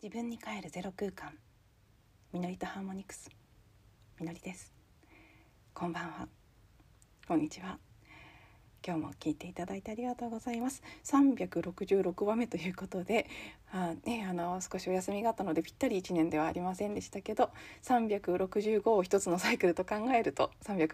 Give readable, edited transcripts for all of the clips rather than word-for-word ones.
自分に帰るゼロ空間、みのりとハーモニクス、みのりです。こんばんは、こんにちは。今日も聞いていただいてありがとうございます。366話目ということで、少しお休みがあったのでぴったり1年ではありませんでしたけど、365を一つのサイクルと考えると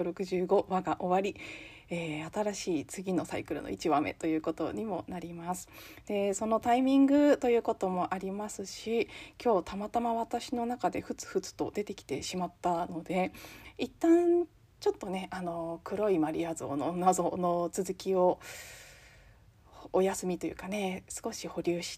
365話が終わり、新しい次のサイクルの1話目ということにもなります。で、そのタイミングということもありますし、今日たまたま私の中でふつふつと出てきてしまったので、一旦ちょっとね、黒いマリア像の謎の続きをお休みというかね、少し保留して、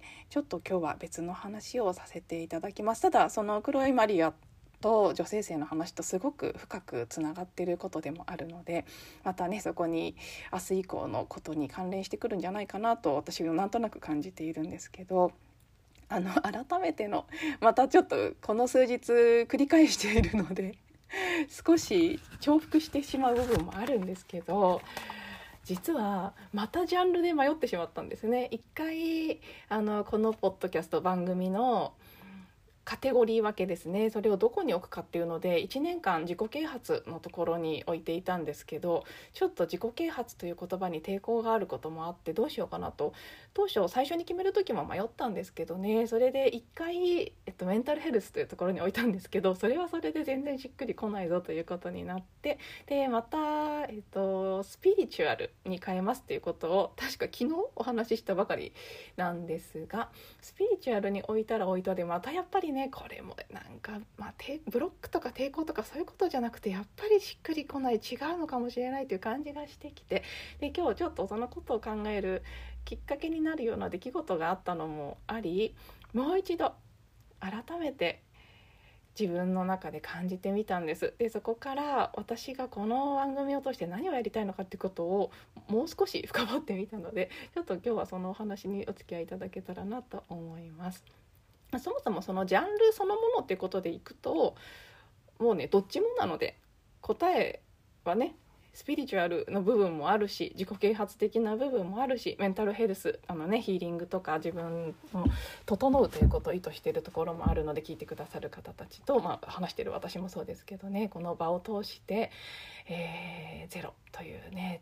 ちょっと今日は別の話をさせていただきます。ただその黒いマリアと女性性の話とすごく深くつながっていることでもあるので、またね、そこに明日以降のことに関連してくるんじゃないかなと私はなんとなく感じているんですけど、改めての、またちょっとこの数日繰り返しているので少し重複してしまう部分もあるんですけど、実はまたジャンルで迷ってしまったんですね。一回このポッドキャスト番組のカテゴリー分けですね、それをどこに置くかっていうので1年間自己啓発のところに置いていたんですけど、ちょっと自己啓発という言葉に抵抗があることもあってどうしようかなと、当初最初に決める時も迷ったんですけどね、それで一回、メンタルヘルスというところに置いたんですけど、それはそれで全然しっくりこないぞということになって、でまた、スピリチュアルに変えますっていうことを確か昨日お話ししたばかりなんですが、スピリチュアルに置いたら置いたでまたやっぱりね、これもなんか、ブロックとか抵抗とかそういうことじゃなくて、やっぱりしっくりこない、違うのかもしれないという感じがしてきて、で今日ちょっとそのことを考えるきっかけになるような出来事があったのもあり、もう一度改めて自分の中で感じてみたんです。でそこから私がこの番組を通して何をやりたいのかっていうことをもう少し深掘ってみたので、ちょっと今日はそのお話にお付き合いいただけたらなと思います。そもそもそのジャンルそのものっていうことでいくと、もうねどっちもなので、答えはねスピリチュアルの部分もあるし、自己啓発的な部分もあるし、メンタルヘルスヒーリングとか自分の整うということを意図しているところもあるので、聞いてくださる方たちと、話している私もそうですけどね、この場を通して、ゼロというね、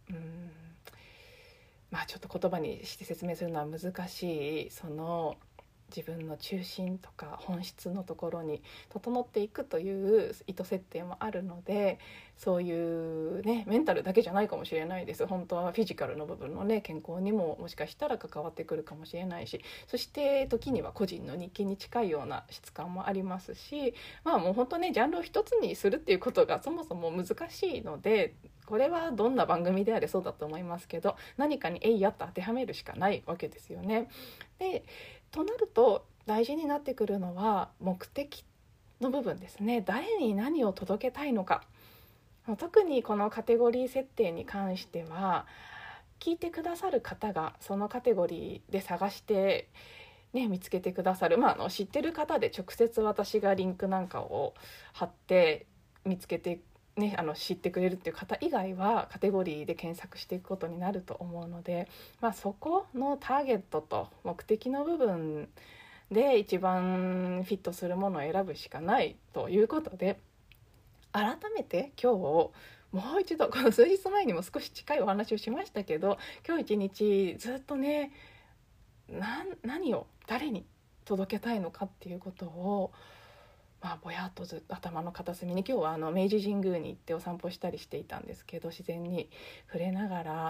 ちょっと言葉にして説明するのは難しい、その自分の中心とか本質のところに整っていくという意図設定もあるので、そういうねメンタルだけじゃないかもしれないです。本当はフィジカルの部分のね健康にももしかしたら関わってくるかもしれないし、そして時には個人の日記に近いような質感もありますし、もう本当ねジャンルを一つにするっていうことがそもそも難しいので、これはどんな番組であれそうだと思いますけど、何かにえいやっと当てはめるしかないわけですよね。でとなると大事になってくるのは目的の部分ですね。誰に何を届けたいのか。特にこのカテゴリー設定に関しては、聞いてくださる方がそのカテゴリーで探して見つけてくださる、知ってる方で直接私がリンクなんかを貼って見つけて知ってくれるっていう方以外はカテゴリーで検索していくことになると思うので、そこのターゲットと目的の部分で一番フィットするものを選ぶしかないということで、改めて今日もう一度、この数日前にも少し近いお話をしましたけど、今日一日ずっとね何を誰に届けたいのかっていうことをぼやっとずっと頭の片隅に、今日は明治神宮に行ってお散歩したりしていたんですけど、自然に触れながら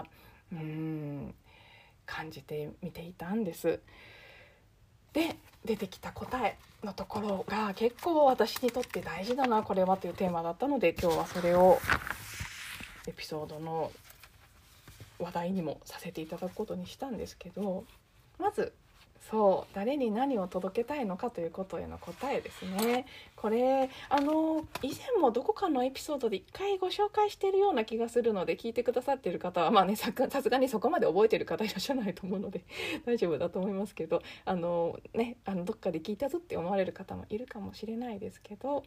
感じてみていたんです。で出てきた答えのところが結構私にとって大事だなこれはというテーマだったので、今日はそれをエピソードの話題にもさせていただくことにしたんですけど、まず誰に何を届けたいのかということへの答えですね。これ以前もどこかのエピソードで一回ご紹介しているような気がするので、聞いてくださっている方はさすがにそこまで覚えている方いらっしゃらないと思うので大丈夫だと思いますけど、どっかで聞いたぞって思われる方もいるかもしれないですけど、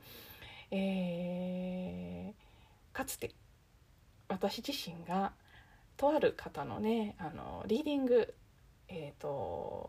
かつて私自身がとある方のねリーディング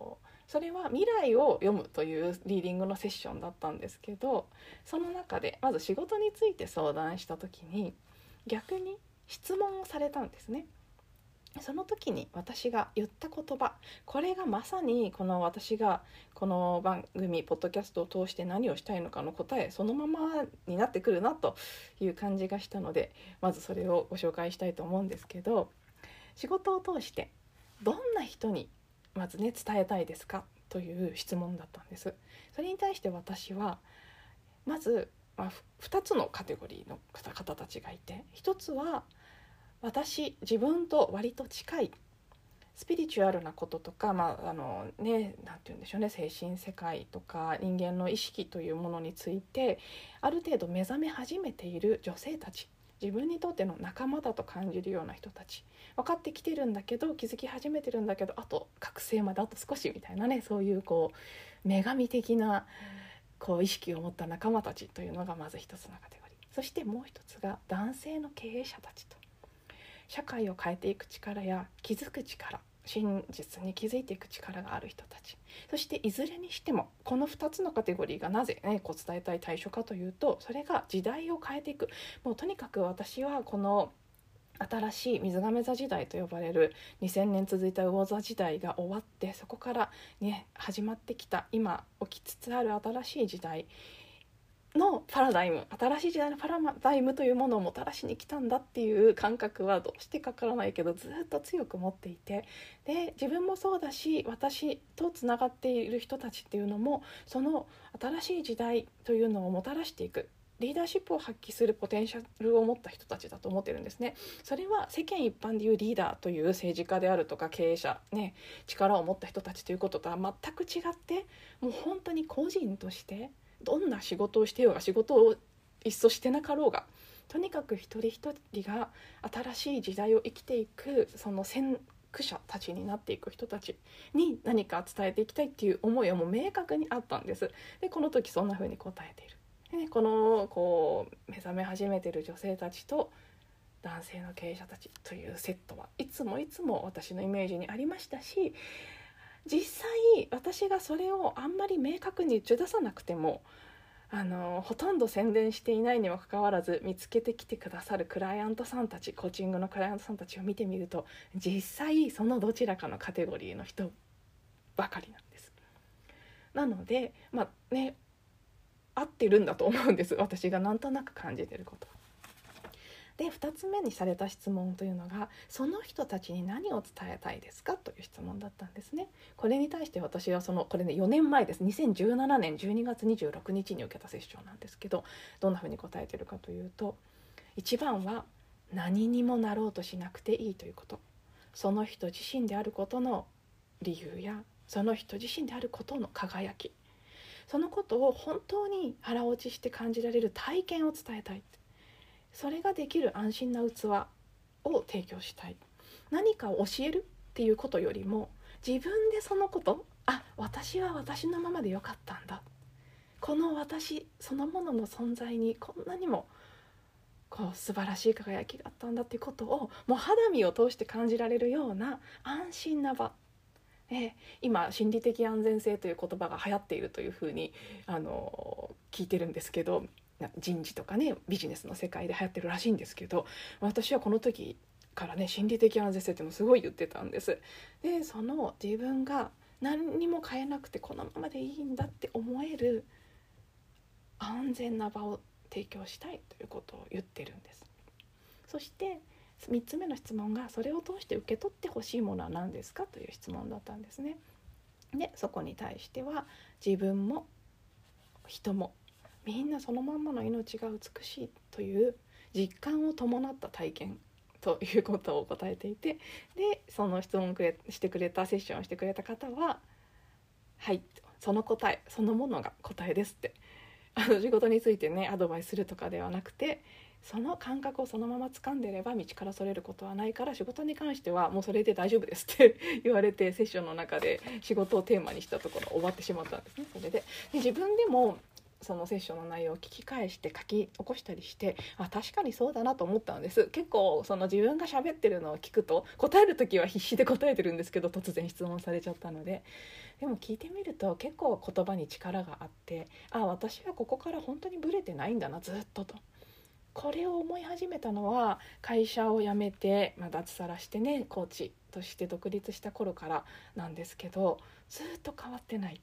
それは未来を読むというリーディングのセッションだったんですけど、その中でまず仕事について相談した時に逆に質問をされたんですね。その時に私が言った言葉、これがまさに私がこの番組ポッドキャストを通して何をしたいのかの答えそのままになってくるなという感じがしたので、まずそれをご紹介したいと思うんですけど、仕事を通してどんな人にまずね伝えたいですかという質問だったんです。それに対して私はまず、2つのカテゴリーの方たちがいて、1つは自分と割と近いスピリチュアルなこととか、なんて言うんでしょうね、精神世界とか人間の意識というものについてある程度目覚め始めている女性たち、自分にとっての仲間だと感じるような人たち、分かってきてるんだけど気づき始めてるんだけどあと覚醒まであと少しみたいなね、そういう女神的な意識を持った仲間たちというのがまず一つのカテゴリー。そしてもう一つが男性の経営者たちと、社会を変えていく力や気づく力、真実に気づいていく力がある人たち、そしていずれにしてもこの2つのカテゴリーがなぜ、伝えたい対象かというと、それが時代を変えていく。もうとにかく私はこの新しい水亀座時代と呼ばれる2000年続いた魚座時代が終わって、そこから始まってきた今起きつつある新しい時代のパラダイム、新しい時代のパラダイムというものをもたらしに来たんだっていう感覚はどうしてかわからないけどずっと強く持っていて、で自分もそうだし私とつながっている人たちっていうのもその新しい時代というのをもたらしていく、リーダーシップを発揮するポテンシャルを持った人たちだと思ってるんですね。それは世間一般でいうリーダーという政治家であるとか経営者、力を持った人たちということとは全く違って、もう本当に個人としてどんな仕事をしてようが仕事をいっそしてなかろうが、とにかく一人一人が新しい時代を生きていくその先駆者たちになっていく人たちに何か伝えていきたいっていう思いはもう明確にあったんです。でこの時そんな風に答えている。でこの目覚め始めている女性たちと男性の経営者たちというセットはいつも私のイメージにありましたし、実際私がそれをあんまり明確に打ち出さなくてもほとんど宣伝していないにもかかわらず見つけてきてくださるクライアントさんたち、コーチングのクライアントさんたちを見てみると実際そのどちらかのカテゴリーの人ばかりなんです。なので合ってるんだと思うんです、私がなんとなく感じてることで。2つ目にされた質問というのが、その人たちに何を伝えたいですかという質問だったんですね。これに対して私はこれね4年前です。2017年12月26日に受けたセッションなんですけど、どんなふうに答えているかというと、一番は何にもなろうとしなくていいということ、その人自身であることの理由やその人自身であることの輝き、そのことを本当に腹落ちして感じられる体験を伝えたい、それができる安心な器を提供したい。何かを教えるっていうことよりも自分でそのこと、私は私のままでよかったんだ、この私そのものの存在にこんなにも素晴らしい輝きがあったんだっていうことをもう肌身を通して感じられるような安心な場、今心理的安全性という言葉が流行っているというふうに聞いてるんですけど、人事とかビジネスの世界で流行ってるらしいんですけど、私はこの時から心理的安全性っていうのをすごい言ってたんです。でその自分が何にも変えなくてこのままでいいんだって思える安全な場を提供したいということを言ってるんです。そして3つ目の質問が、それを通して受け取ってほしいものは何ですかという質問だったんですね。でそこに対しては、自分も人もみんなそのまんまの命が美しいという実感を伴った体験ということを答えていて、でその質問をしてくれたセッションをしてくれた方は、はい、その答えそのものが答えですって、仕事についてアドバイスするとかではなくて、その感覚をそのまま掴んでれば道からそれることはないから、仕事に関してはもうそれで大丈夫ですって言われて、セッションの中で仕事をテーマにしたところ終わってしまったんですね。それで自分でもそのセッションの内容を聞き返して書き起こしたりして、確かにそうだなと思ったんです。結構その自分が喋ってるのを聞くと、答える時は必死で答えてるんですけど、突然質問されちゃったので、でも聞いてみると結構言葉に力があって、私はここから本当にブレてないんだな、ずっとと。これを思い始めたのは会社を辞めて、脱サラしてね、コーチとして独立した頃からなんですけど、ずっと変わってない。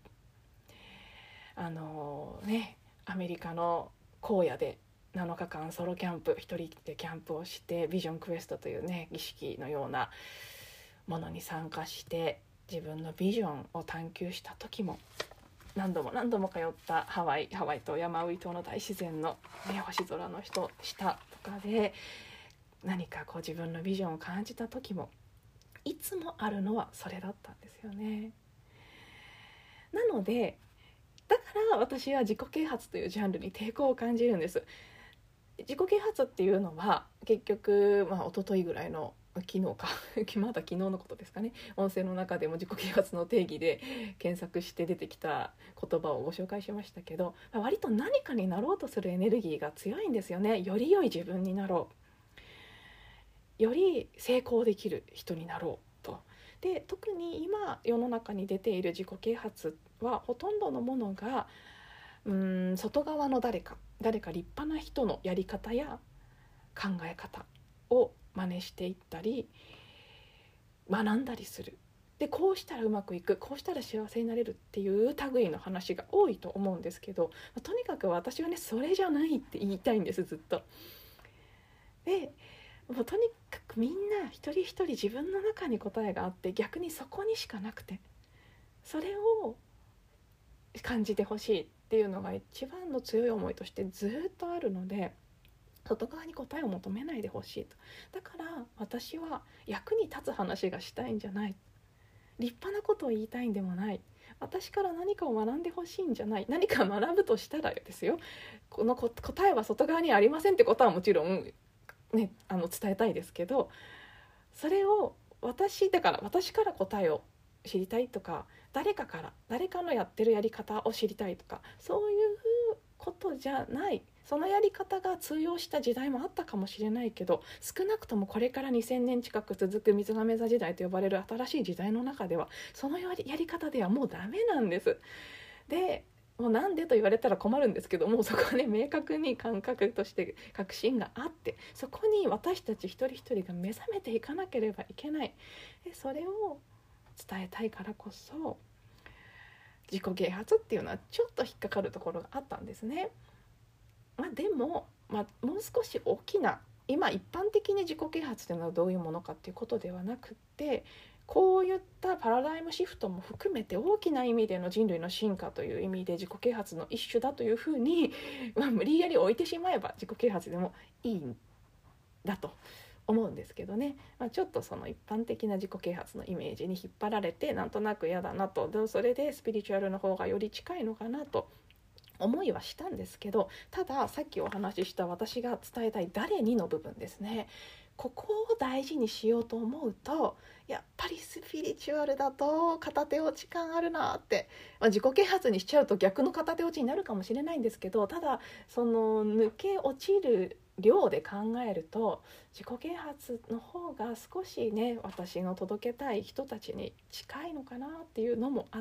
アメリカの荒野で7日間ソロキャンプ、一人でキャンプをして、ビジョンクエストというね、儀式のようなものに参加して自分のビジョンを探求した時も、何度も通ったハワイとヤマウイ島の大自然の、星空の下とかで何かこう自分のビジョンを感じた時も、いつもあるのはそれだったんですよね。なのでだから私は自己啓発というジャンルに抵抗を感じるんです。自己啓発っていうのは結局、一昨日ぐらいの昨日かまだ昨日のことですかね、音声の中でも自己啓発の定義で検索して出てきた言葉をご紹介しましたけど、割と何かになろうとするエネルギーが強いんですよね。より良い自分になろう、より成功できる人になろうと。で、特に今世の中に出ている自己啓発はほとんどのものが外側の誰か立派な人のやり方や考え方を真似していったり学んだりする。で、こうしたらうまくいく、こうしたら幸せになれるっていう類の話が多いと思うんですけど、とにかく私はね、それじゃないって言いたいんです、ずっと。でもうとにかくみんな一人一人自分の中に答えがあって、逆にそこにしかなくて、それを感じてほしいっていうのが一番の強い思いとしてずっとあるので、外側に答えを求めないでほしいと。だから私は役に立つ話がしたいんじゃない、立派なことを言いたいんでもない、私から何かを学んでほしいんじゃない。何か学ぶとしたらですよ、この答えは外側にありませんってことはもちろんね、伝えたいですけど、それを私から答えを知りたいとか、誰かのやってるやり方を知りたいとか、そういうことじゃない。そのやり方が通用した時代もあったかもしれないけど、少なくともこれから2000年近く続く水亀座時代と呼ばれる新しい時代の中では、そのやり方ではもうダメなんです。でもうなんでと言われたら困るんですけども、そこはね、明確に感覚として確信があって、そこに私たち一人一人が目覚めていかなければいけない。でそれを伝えたいからこそ、自己啓発っていうのはちょっと引っかかるところがあったんですね。でも、もう少し大きな、今一般的に自己啓発というのはどういうものかっていうことではなくて、こういったパラダイムシフトも含めて大きな意味での人類の進化という意味で自己啓発の一種だというふうに、無理やり置いてしまえば自己啓発でもいいんだと思うんですけどね。ちょっとその一般的な自己啓発のイメージに引っ張られて、なんとなく嫌だなと、それでスピリチュアルの方がより近いのかなと思いはしたんですけど、たださっきお話しした私が伝えたい誰にの部分ですね、ここを大事にしようと思うと、やっぱりスピリチュアルだと片手落ち感あるなって、自己啓発にしちゃうと逆の片手落ちになるかもしれないんですけど、ただその抜け落ちる量で考えると自己啓発の方が少しね、私の届けたい人たちに近いのかなっていうのもあって、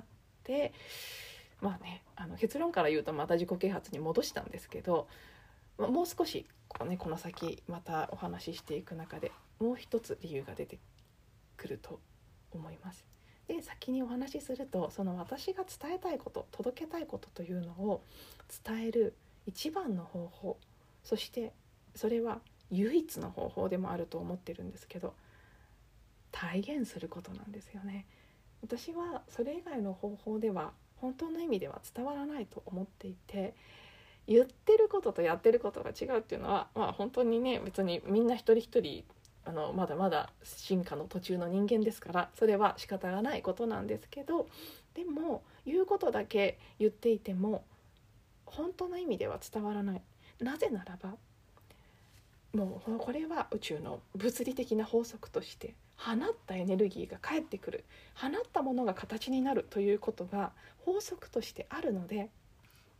結論から言うとまた自己啓発に戻したんですけど、もう少しこの先またお話ししていく中でもう一つ理由が出てくると思います。で、先にお話しすると、その私が伝えたいこと、届けたいことというのを伝える一番の方法、そしてそれは唯一の方法でもあると思ってるんですけど、体現することなんですよね。私はそれ以外の方法では本当の意味では伝わらないと思っていて、言ってることとやってることが違うっていうのは、本当にね、別にみんな一人一人まだまだ進化の途中の人間ですから、それは仕方がないことなんですけど、でも言うことだけ言っていても本当の意味では伝わらない。なぜならば、もうこれは宇宙の物理的な法則として、放ったエネルギーが返ってくる、放ったものが形になるということが法則としてあるので、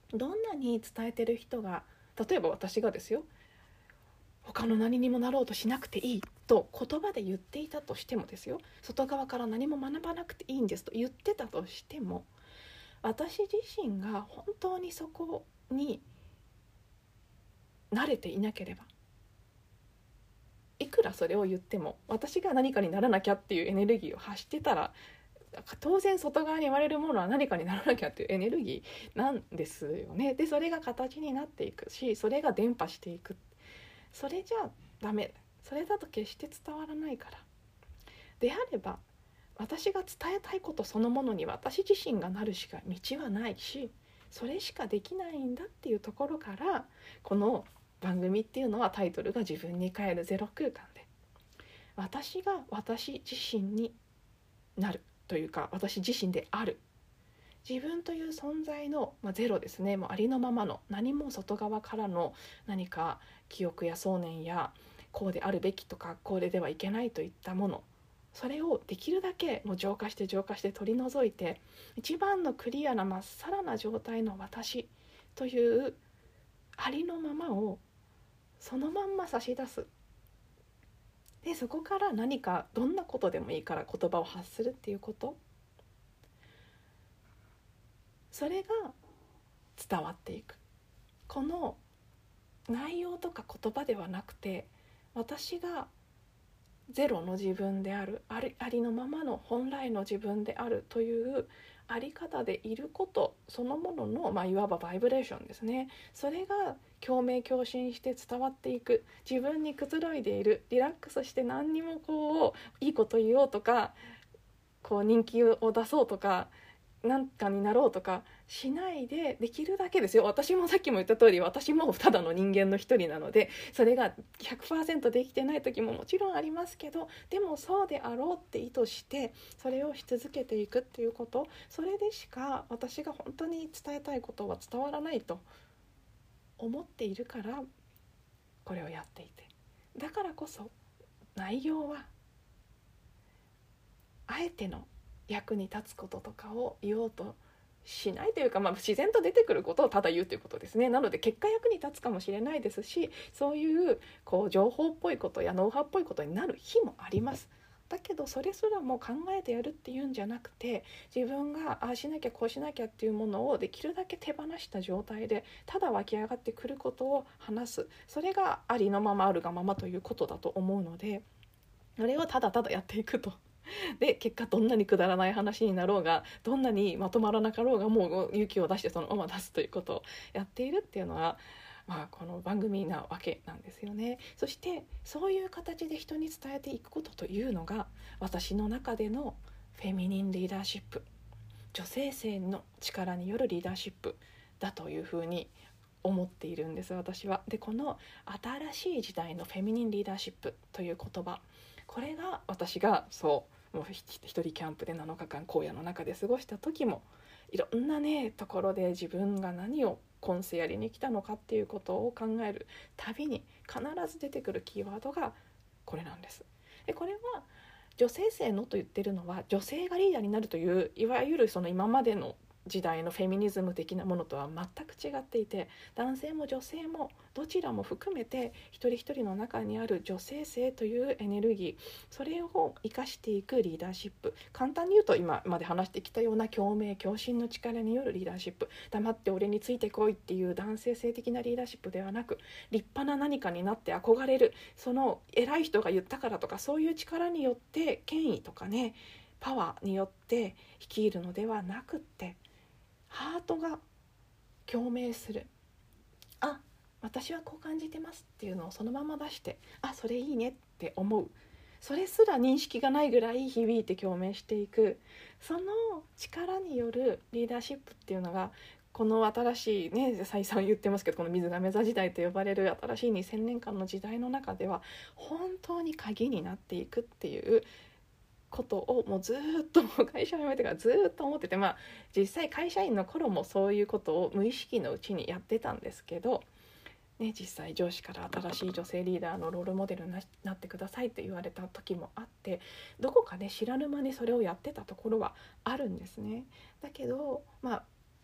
どんなに伝えてる人が、例えば私がですよ、他の何にもなろうとしなくていいと言葉で言っていたとしてもですよ、外側から何も学ばなくていいんですと言ってたとしても、私自身が本当にそこに慣れていなければ、いくらそれを言っても私が何かにならなきゃっていうエネルギーを発してたら、当然外側に言われるものは何かにならなきゃっていうエネルギーなんですよね。でそれが形になっていくし、それが伝播していく。それじゃダメ、それだと決して伝わらないから。であれば私が伝えたいことそのものに私自身がなるしか道はないし、それしかできないんだっていうところから、この番組っていうのはタイトルが自分に帰るゼロ空間で、私が私自身になるというか、私自身である、自分という存在の、ゼロですね、もうありのままの、何も外側からの何か記憶や想念やこうであるべきとかこうではいけないといったもの、それをできるだけもう浄化して取り除いて、一番のクリアなまっさらな状態の私というありのままをそのまんま差し出す。でそこから何かどんなことでもいいから言葉を発するっていうこと、それが伝わっていく。この内容とか言葉ではなくて、私がゼロの自分である、ありのままの本来の自分であるというあり方でいることそのものの、いわばバイブレーションですね。それが共鳴共振して伝わっていく。自分にくつろいでいる、リラックスして何にもこういいこと言おうとか、こう人気を出そうとか何かになろうとかしないで、できるだけですよ、私もさっきも言った通り、私もただの人間の一人なので、それが 100% できてない時ももちろんありますけど、でもそうであろうって意図してそれをし続けていくっていうこと、それでしか私が本当に伝えたいことは伝わらないと思っているから、これをやっていて、だからこそ内容はあえての役に立つこととかを言おうとしないというか、自然と出てくることをただ言うということですね。なので結果役に立つかもしれないですし、そういう情報っぽいことやノウハウっぽいことになる日もあります。だけどそれすらも考えてやるっていうんじゃなくて、自分がああしなきゃこうしなきゃっていうものをできるだけ手放した状態でただ湧き上がってくることを話す。それがありのままあるがままということだと思うので、それをただただやっていくと。で結果どんなにくだらない話になろうが、どんなにまとまらなかろうが、もう勇気を出してそのまま出すということをやっているっていうのは、この番組なわけなんですよね。そしてそういう形で人に伝えていくことというのが、私の中でのフェミニンリーダーシップ、女性性の力によるリーダーシップだというふうに思っているんです、私は。でこの新しい時代のフェミニンリーダーシップという言葉、これが私がもう一人キャンプで7日間荒野の中で過ごした時も、いろんなねところで自分が何を今世やりに来たのかっていうことを考えるたびに必ず出てくるキーワードがこれなんです。でこれは女性性のと言ってるのは、女性がリーダーになるといういわゆるその今までの時代のフェミニズム的なものとは全く違っていて、男性も女性もどちらも含めて一人一人の中にある女性性というエネルギー、それを生かしていくリーダーシップ、簡単に言うと今まで話してきたような共鳴共振の力によるリーダーシップ、黙って俺についてこいっていう男性性的なリーダーシップではなく、立派な何かになって憧れる、その偉い人が言ったからとかそういう力によって権威とかねパワーによって率いるのではなくって、ハートが共鳴する、あ、私はこう感じてますっていうのをそのまま出して、あ、それいいねって思う、それすら認識がないぐらい響いて共鳴していく、その力によるリーダーシップっていうのが、この新しいね、再三言ってますけど、この水亀座時代と呼ばれる新しい2000年間の時代の中では本当に鍵になっていくっていうことを、もうずっと会社を辞めてからずっと思ってて、実際会社員の頃もそういうことを無意識のうちにやってたんですけど、実際上司から新しい女性リーダーのロールモデルになってくださいって言われた時もあって、どこかね知らぬ間にそれをやってたところはあるんですね。だけど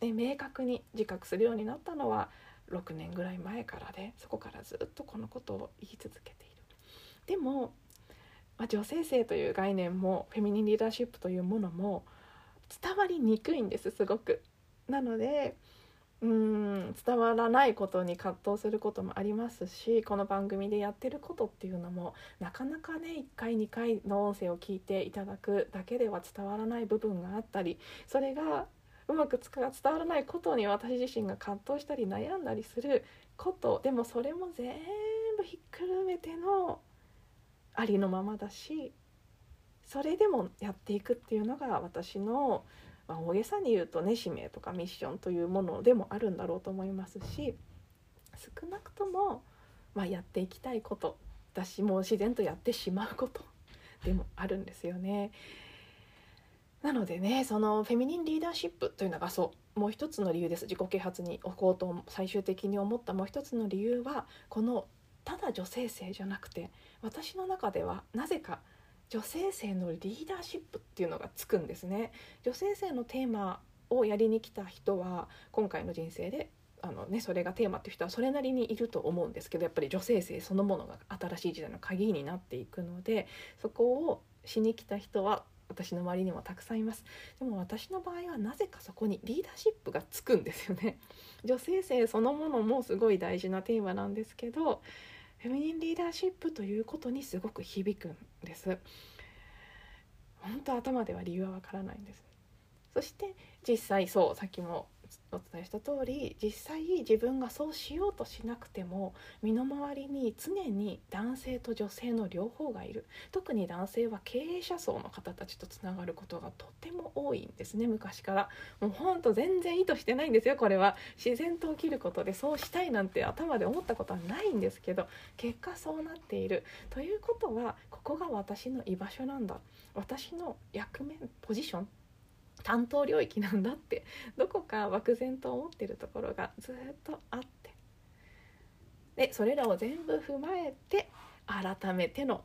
明確に自覚するようになったのは6年ぐらい前からで、そこからずっとこのことを言い続けている。でも、女性性という概念もフェミニンリーダーシップというものも伝わりにくいんです、すごく。なので伝わらないことに葛藤することもありますし、この番組でやってることっていうのもなかなかね、1回2回の音声を聞いていただくだけでは伝わらない部分があったり、それがうまく伝わらないことに私自身が葛藤したり悩んだりすること、でもそれも全部ひっくるめてのありのままだし、それでもやっていくっていうのが私の、大げさに言うとね、使命とかミッションというものでもあるんだろうと思いますし、少なくとも、やっていきたいことだし、もう自然とやってしまうことでもあるんですよね。なのでね、そのフェミニンリーダーシップというのがもう一つの理由です。自己啓発に置こうと最終的に思ったもう一つの理由は、このただ女性性じゃなくて、私の中ではなぜか女性性のリーダーシップっていうのがつくんですね。女性性のテーマをやりに来た人は今回の人生でそれがテーマっていう人はそれなりにいると思うんですけど、やっぱり女性性そのものが新しい時代の鍵になっていくので、そこをしに来た人は私の周りにもたくさんいます。でも私の場合はなぜかそこにリーダーシップがつくんですよね。女性性そのものもすごい大事なテーマなんですけど、フェミニンリーダーシップということにすごく響くんです。本当頭では理由はわからないんです。そして実際さっきもお伝えした通り、実際自分がそうしようとしなくても身の回りに常に男性と女性の両方がいる。特に男性は経営者層の方たちとつながることがとても多いんですね、昔から。もうほんと全然意図してないんですよ。これは自然と起きることで、そうしたいなんて頭で思ったことはないんですけど、結果そうなっているということは、ここが私の居場所なんだ、私の役目、ポジション、担当領域なんだって、どこか漠然と思ってるところがずっとあって、でそれらを全部踏まえて改めての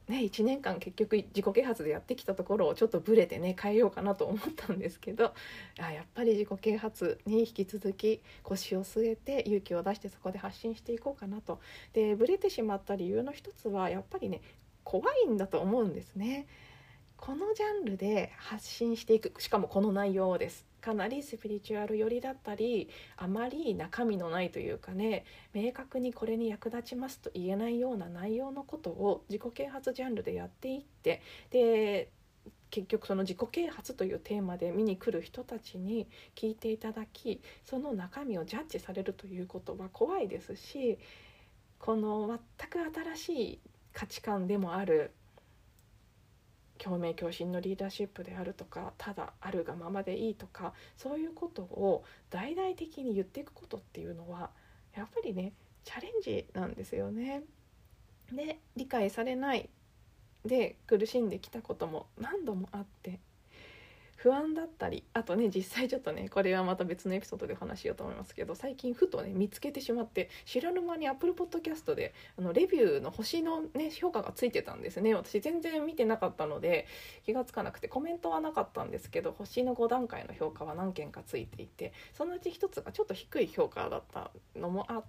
1年間結局自己啓発でやってきたところをちょっとブレてね変えようかなと思ったんですけど、やっぱり自己啓発に引き続き腰を据えて勇気を出してそこで発信していこうかなと。でブレてしまった理由の一つはやっぱりね、怖いんだと思うんですね。このジャンルで発信していく、しかもこの内容です。かなりスピリチュアル寄りだったり、あまり中身のないというかね、明確にこれに役立ちますと言えないような内容のことを自己啓発ジャンルでやっていって、で結局その自己啓発というテーマで見に来る人たちに聞いていただき、その中身をジャッジされるということは怖いですし、この全く新しい価値観でもある共鳴共振のリーダーシップであるとか、ただあるがままでいいとか、そういうことを大々的に言っていくことっていうのはやっぱりね、チャレンジなんですよね。で理解されないで苦しんできたことも何度もあって、不安だったり、あとね、実際ちょっとね、これはまた別のエピソードでお話しようと思いますけど、最近ふとね見つけてしまって、知らぬ間に Apple Podcast でレビューの星のね評価がついてたんですね。私全然見てなかったので気がつかなくて、コメントはなかったんですけど、星の5段階の評価は何件かついていて、そのうち一つがちょっと低い評価だったのもあって、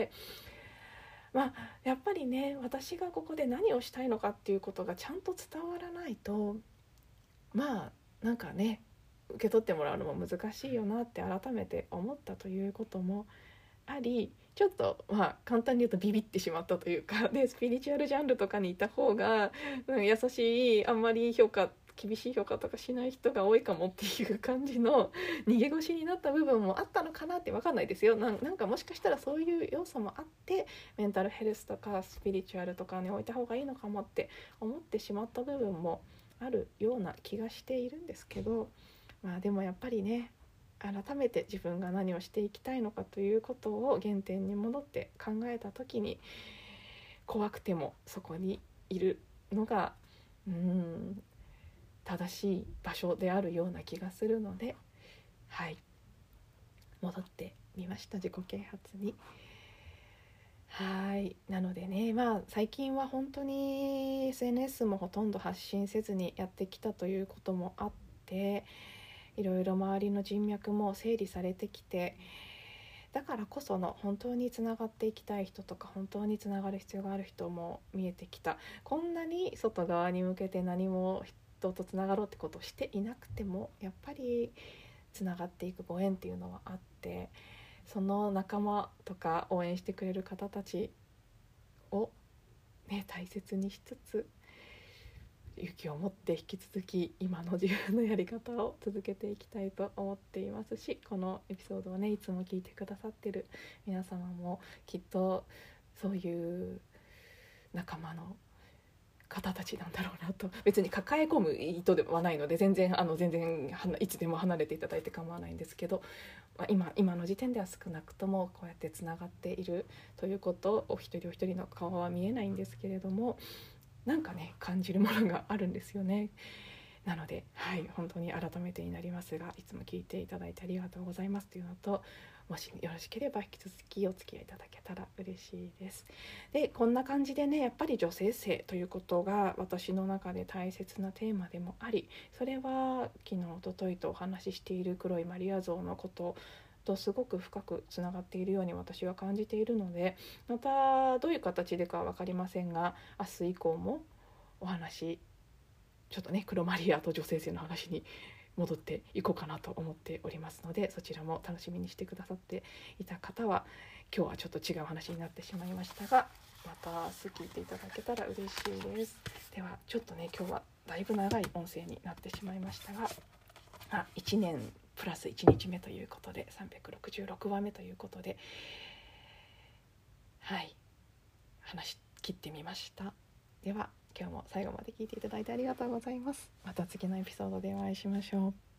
やっぱりね、私がここで何をしたいのかっていうことがちゃんと伝わらないと、なんかね、受け取ってもらうのも難しいよなって改めて思ったということもあり、ちょっと簡単に言うとビビってしまったというか、でスピリチュアルジャンルとかにいた方が、優しい、あんまり厳しい評価とかしない人が多いかもっていう感じの逃げ腰になった部分もあったのかなって、分かんないですよ。なんかもしかしたらそういう要素もあって、メンタルヘルスとかスピリチュアルとかに置いた方がいいのかもって思ってしまった部分もあるような気がしているんですけど、でもやっぱりね、改めて自分が何をしていきたいのかということを原点に戻って考えた時に、怖くてもそこにいるのが正しい場所であるような気がするので、戻ってみました、自己啓発に。なのでね、最近は本当に SNS もほとんど発信せずにやってきたということもあって、 いろいろ周りの人脈も整理されてきて、だからこその本当につながっていきたい人とか本当につながる必要がある人も見えてきた。こんなに外側に向けて何も人とつながろうってことをしていなくてもやっぱりつながっていくご縁っていうのはあって、その仲間とか応援してくれる方たちを、大切にしつつ勇気を持って引き続き今の自分のやり方を続けていきたいと思っていますし、このエピソードをいつも聞いてくださってる皆様もきっとそういう仲間の方たちなんだろうなと。別に抱え込む意図ではないので全然いつでも離れていただいて構わないんですけど、今の時点では少なくともこうやってつながっているということ、お一人お一人の顔は見えないんですけれども、なんか感じるものがあるんですよね。なので、本当に改めてになりますが、いつも聞いていただいてありがとうございますというのと、もしよろしければ引き続きお付き合いいただけたら嬉しいです。で、こんな感じでやっぱり女性性ということが私の中で大切なテーマでもあり、それは昨日おとといとお話ししている黒いマリア像のこととすごく深くつながっているように私は感じているので、またどういう形でかは分かりませんが、明日以降もお話ちょっと黒マリアと女性性の話に戻っていこうかなと思っておりますので、そちらも楽しみにしてくださっていた方は今日はちょっと違う話になってしまいましたが、また明日聞いていただけたら嬉しいです。ではちょっと今日はだいぶ長い音声になってしまいましたが、1年プラス1日目ということで366話目ということで、話し切ってみました。では今日も最後まで聞いていただいてありがとうございます。また次のエピソードでお会いしましょう。